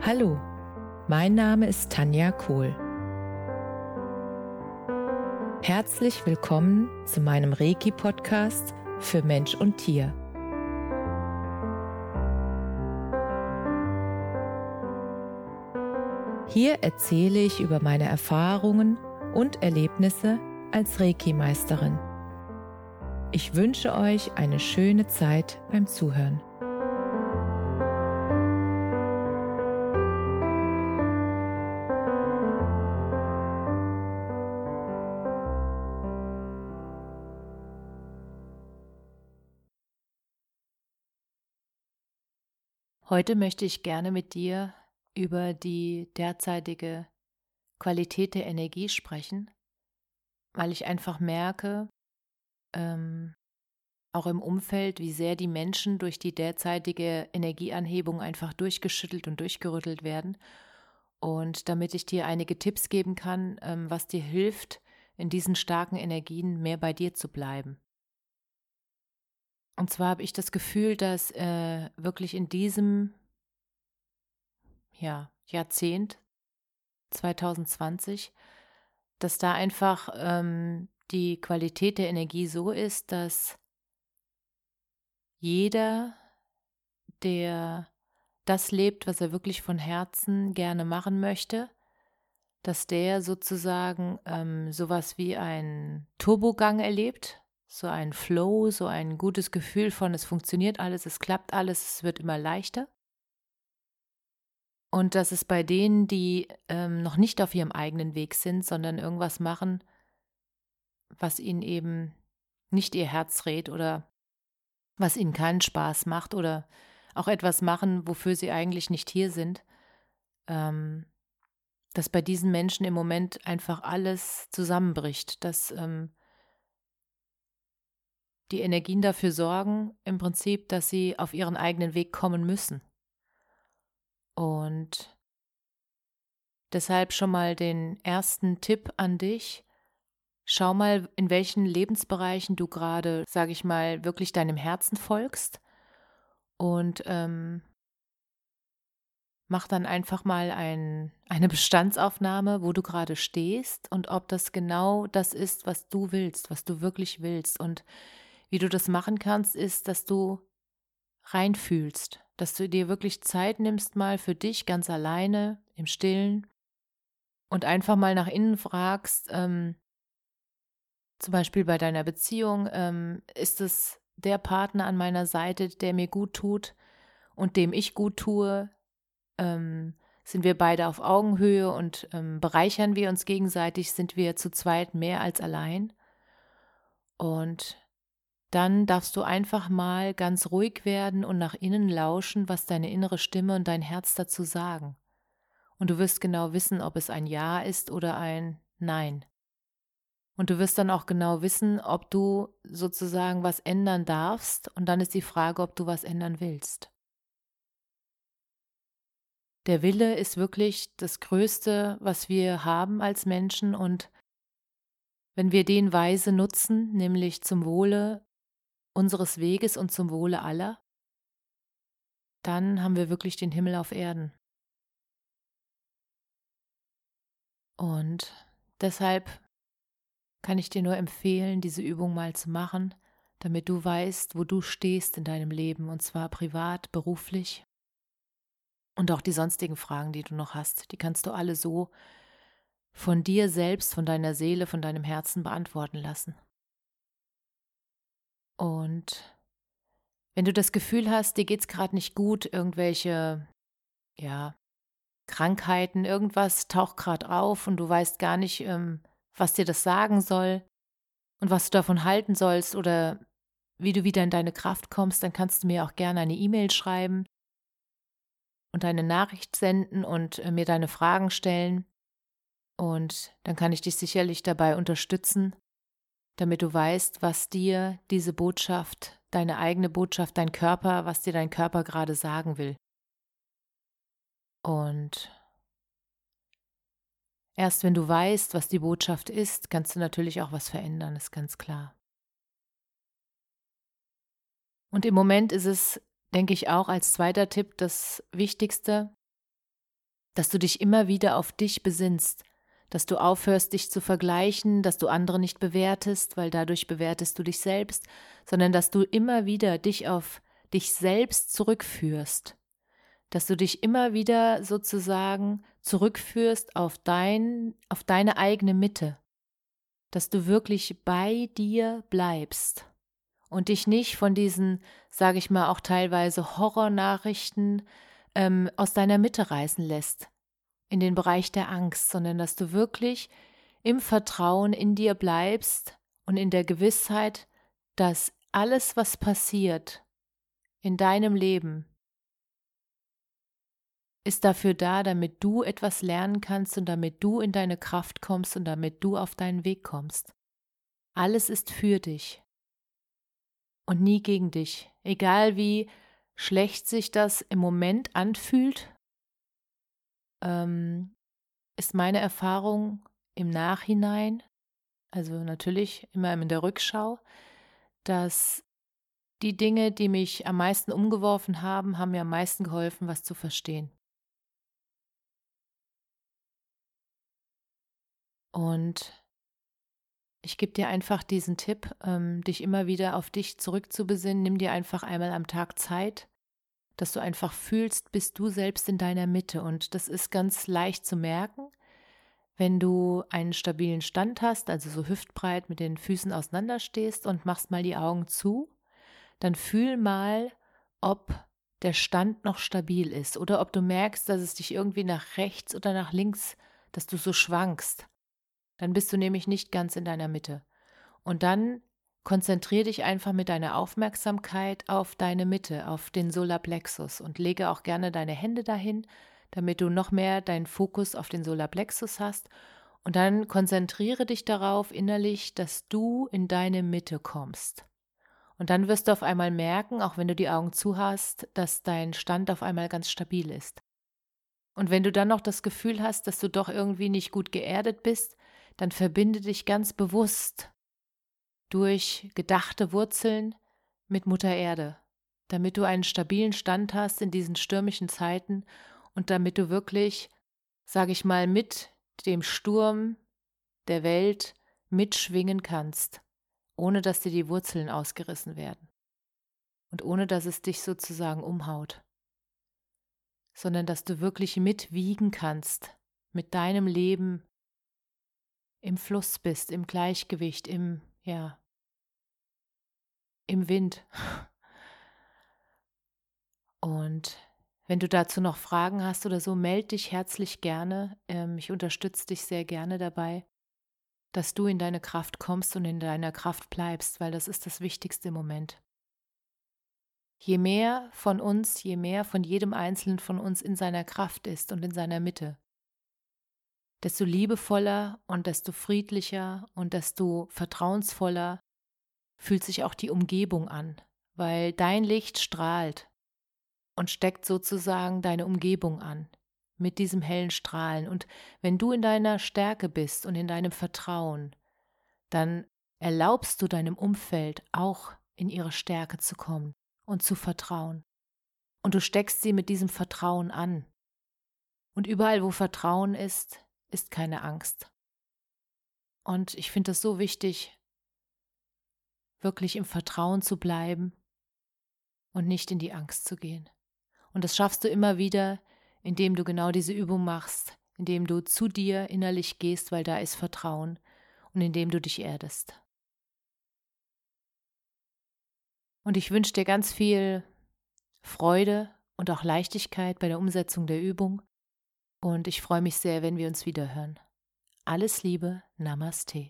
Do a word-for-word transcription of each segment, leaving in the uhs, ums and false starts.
Hallo, mein Name ist Tanja Kohl. Herzlich willkommen zu meinem Reiki-Podcast für Mensch und Tier. Hier erzähle ich über meine Erfahrungen und Erlebnisse als Reiki-Meisterin. Ich wünsche euch eine schöne Zeit beim Zuhören. Heute möchte ich gerne mit dir über die derzeitige Qualität der Energie sprechen, weil ich einfach merke, ähm, auch im Umfeld, wie sehr die Menschen durch die derzeitige Energieanhebung einfach durchgeschüttelt und durchgerüttelt werden. Und damit ich dir einige Tipps geben kann, ähm, was dir hilft, in diesen starken Energien mehr bei dir zu bleiben. Und zwar habe ich das Gefühl, dass äh, wirklich in diesem ja, Jahrzehnt zwanzig zwanzig, dass da einfach ähm, die Qualität der Energie so ist, dass jeder, der das lebt, was er wirklich von Herzen gerne machen möchte, dass der sozusagen ähm, sowas wie einen Turbogang erlebt, so ein Flow, so ein gutes Gefühl von, es funktioniert alles, es klappt alles, es wird immer leichter. Und dass es bei denen, die ähm, noch nicht auf ihrem eigenen Weg sind, sondern irgendwas machen, was ihnen eben nicht ihr Herz rät oder was ihnen keinen Spaß macht oder auch etwas machen, wofür sie eigentlich nicht hier sind, ähm, dass bei diesen Menschen im Moment einfach alles zusammenbricht, dass ähm, die Energien dafür sorgen, im Prinzip, dass sie auf ihren eigenen Weg kommen müssen. Und deshalb schon mal den ersten Tipp an dich. Schau mal, in welchen Lebensbereichen du gerade, sage ich mal, wirklich deinem Herzen folgst und ähm, mach dann einfach mal ein, eine Bestandsaufnahme, wo du gerade stehst und ob das genau das ist, was du willst, was du wirklich willst. Und wie du das machen kannst, ist, dass du reinfühlst, dass du dir wirklich Zeit nimmst, mal für dich ganz alleine im Stillen und einfach mal nach innen fragst, ähm, zum Beispiel bei deiner Beziehung, ähm, ist es der Partner an meiner Seite, der mir gut tut und dem ich gut tue? Ähm, sind wir beide auf Augenhöhe und ähm, bereichern wir uns gegenseitig? Sind wir zu zweit mehr als allein? Und dann darfst du einfach mal ganz ruhig werden und nach innen lauschen, was deine innere Stimme und dein Herz dazu sagen. Und du wirst genau wissen, ob es ein Ja ist oder ein Nein. Und du wirst dann auch genau wissen, ob du sozusagen was ändern darfst. Und dann ist die Frage, ob du was ändern willst. Der Wille ist wirklich das Größte, was wir haben als Menschen. Und wenn wir den weise nutzen, nämlich zum Wohle unseres Weges und zum Wohle aller, dann haben wir wirklich den Himmel auf Erden. Und deshalb kann ich dir nur empfehlen, diese Übung mal zu machen, damit du weißt, wo du stehst in deinem Leben, und zwar privat, beruflich und auch die sonstigen Fragen, die du noch hast. Die kannst du alle so von dir selbst, von deiner Seele, von deinem Herzen beantworten lassen. Und wenn du das Gefühl hast, dir geht's gerade nicht gut, irgendwelche, ja, Krankheiten, irgendwas taucht gerade auf und du weißt gar nicht, ähm, was dir das sagen soll und was du davon halten sollst oder wie du wieder in deine Kraft kommst, dann kannst du mir auch gerne eine E-Mail schreiben und eine Nachricht senden und äh, mir deine Fragen stellen. Und dann kann ich dich sicherlich dabei unterstützen, damit du weißt, was dir diese Botschaft, deine eigene Botschaft, dein Körper, was dir dein Körper gerade sagen will. Und erst wenn du weißt, was die Botschaft ist, kannst du natürlich auch was verändern, ist ganz klar. Und im Moment ist es, denke ich, auch als zweiter Tipp das Wichtigste, dass du dich immer wieder auf dich besinnst, dass du aufhörst, dich zu vergleichen, dass du andere nicht bewertest, weil dadurch bewertest du dich selbst, sondern dass du immer wieder dich auf dich selbst zurückführst, dass du dich immer wieder sozusagen zurückführst auf dein, auf deine eigene Mitte, dass du wirklich bei dir bleibst und dich nicht von diesen, sage ich mal, auch teilweise Horrornachrichten ähm, aus deiner Mitte reißen lässt, in den Bereich der Angst, sondern dass du wirklich im Vertrauen in dir bleibst und in der Gewissheit, dass alles, was passiert in deinem Leben, ist dafür da, damit du etwas lernen kannst und damit du in deine Kraft kommst und damit du auf deinen Weg kommst. Alles ist für dich und nie gegen dich. Egal wie schlecht sich das im Moment anfühlt, ähm, ist meine Erfahrung im Nachhinein, also natürlich immer in der Rückschau, dass die Dinge, die mich am meisten umgeworfen haben, haben mir am meisten geholfen, was zu verstehen. Und ich gebe dir einfach diesen Tipp, ähm, dich immer wieder auf dich zurückzubesinnen. Nimm dir einfach einmal am Tag Zeit, dass du einfach fühlst, bist du selbst in deiner Mitte. Und das ist ganz leicht zu merken, wenn du einen stabilen Stand hast, also so hüftbreit mit den Füßen auseinander stehst und machst mal die Augen zu, dann fühl mal, ob der Stand noch stabil ist oder ob du merkst, dass es dich irgendwie nach rechts oder nach links, dass du so schwankst. Dann bist du nämlich nicht ganz in deiner Mitte. Und dann konzentriere dich einfach mit deiner Aufmerksamkeit auf deine Mitte, auf den Solarplexus und lege auch gerne deine Hände dahin, damit du noch mehr deinen Fokus auf den Solarplexus hast. Und dann konzentriere dich darauf innerlich, dass du in deine Mitte kommst. Und dann wirst du auf einmal merken, auch wenn du die Augen zu hast, dass dein Stand auf einmal ganz stabil ist. Und wenn du dann noch das Gefühl hast, dass du doch irgendwie nicht gut geerdet bist, dann verbinde dich ganz bewusst durch gedachte Wurzeln mit Mutter Erde, damit du einen stabilen Stand hast in diesen stürmischen Zeiten und damit du wirklich, sage ich mal, mit dem Sturm der Welt mitschwingen kannst, ohne dass dir die Wurzeln ausgerissen werden und ohne dass es dich sozusagen umhaut, sondern dass du wirklich mitwiegen kannst mit deinem Leben, im Fluss bist, im Gleichgewicht, im, ja, im Wind. Und wenn du dazu noch Fragen hast oder so, melde dich herzlich gerne. Ähm, ich unterstütze dich sehr gerne dabei, dass du in deine Kraft kommst und in deiner Kraft bleibst, weil das ist das Wichtigste im Moment. Je mehr von uns, je mehr von jedem Einzelnen von uns in seiner Kraft ist und in seiner Mitte, desto liebevoller und desto friedlicher und desto vertrauensvoller fühlt sich auch die Umgebung an, weil dein Licht strahlt und steckt sozusagen deine Umgebung an mit diesem hellen Strahlen. Und wenn du in deiner Stärke bist und in deinem Vertrauen, dann erlaubst du deinem Umfeld auch in ihre Stärke zu kommen und zu vertrauen. Und du steckst sie mit diesem Vertrauen an. Und überall, wo Vertrauen ist, ist keine Angst. Und ich finde es so wichtig, wirklich im Vertrauen zu bleiben und nicht in die Angst zu gehen. Und das schaffst du immer wieder, indem du genau diese Übung machst, indem du zu dir innerlich gehst, weil da ist Vertrauen und indem du dich erdest. Und ich wünsche dir ganz viel Freude und auch Leichtigkeit bei der Umsetzung der Übung. Und ich freue mich sehr, wenn wir uns wiederhören. Alles Liebe, Namaste.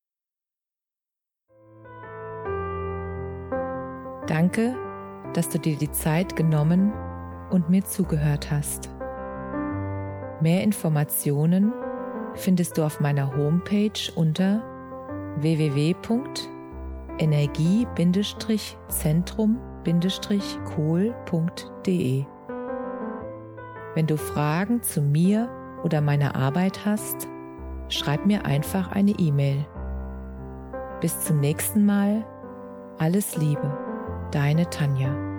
Danke, dass du dir die Zeit genommen und mir zugehört hast. Mehr Informationen findest du auf meiner Homepage unter w w w punkt energie zentrum kohl punkt d e. Wenn du Fragen zu mir oder meiner Arbeit hast, schreib mir einfach eine E-Mail. Bis zum nächsten Mal. Alles Liebe, deine Tanja.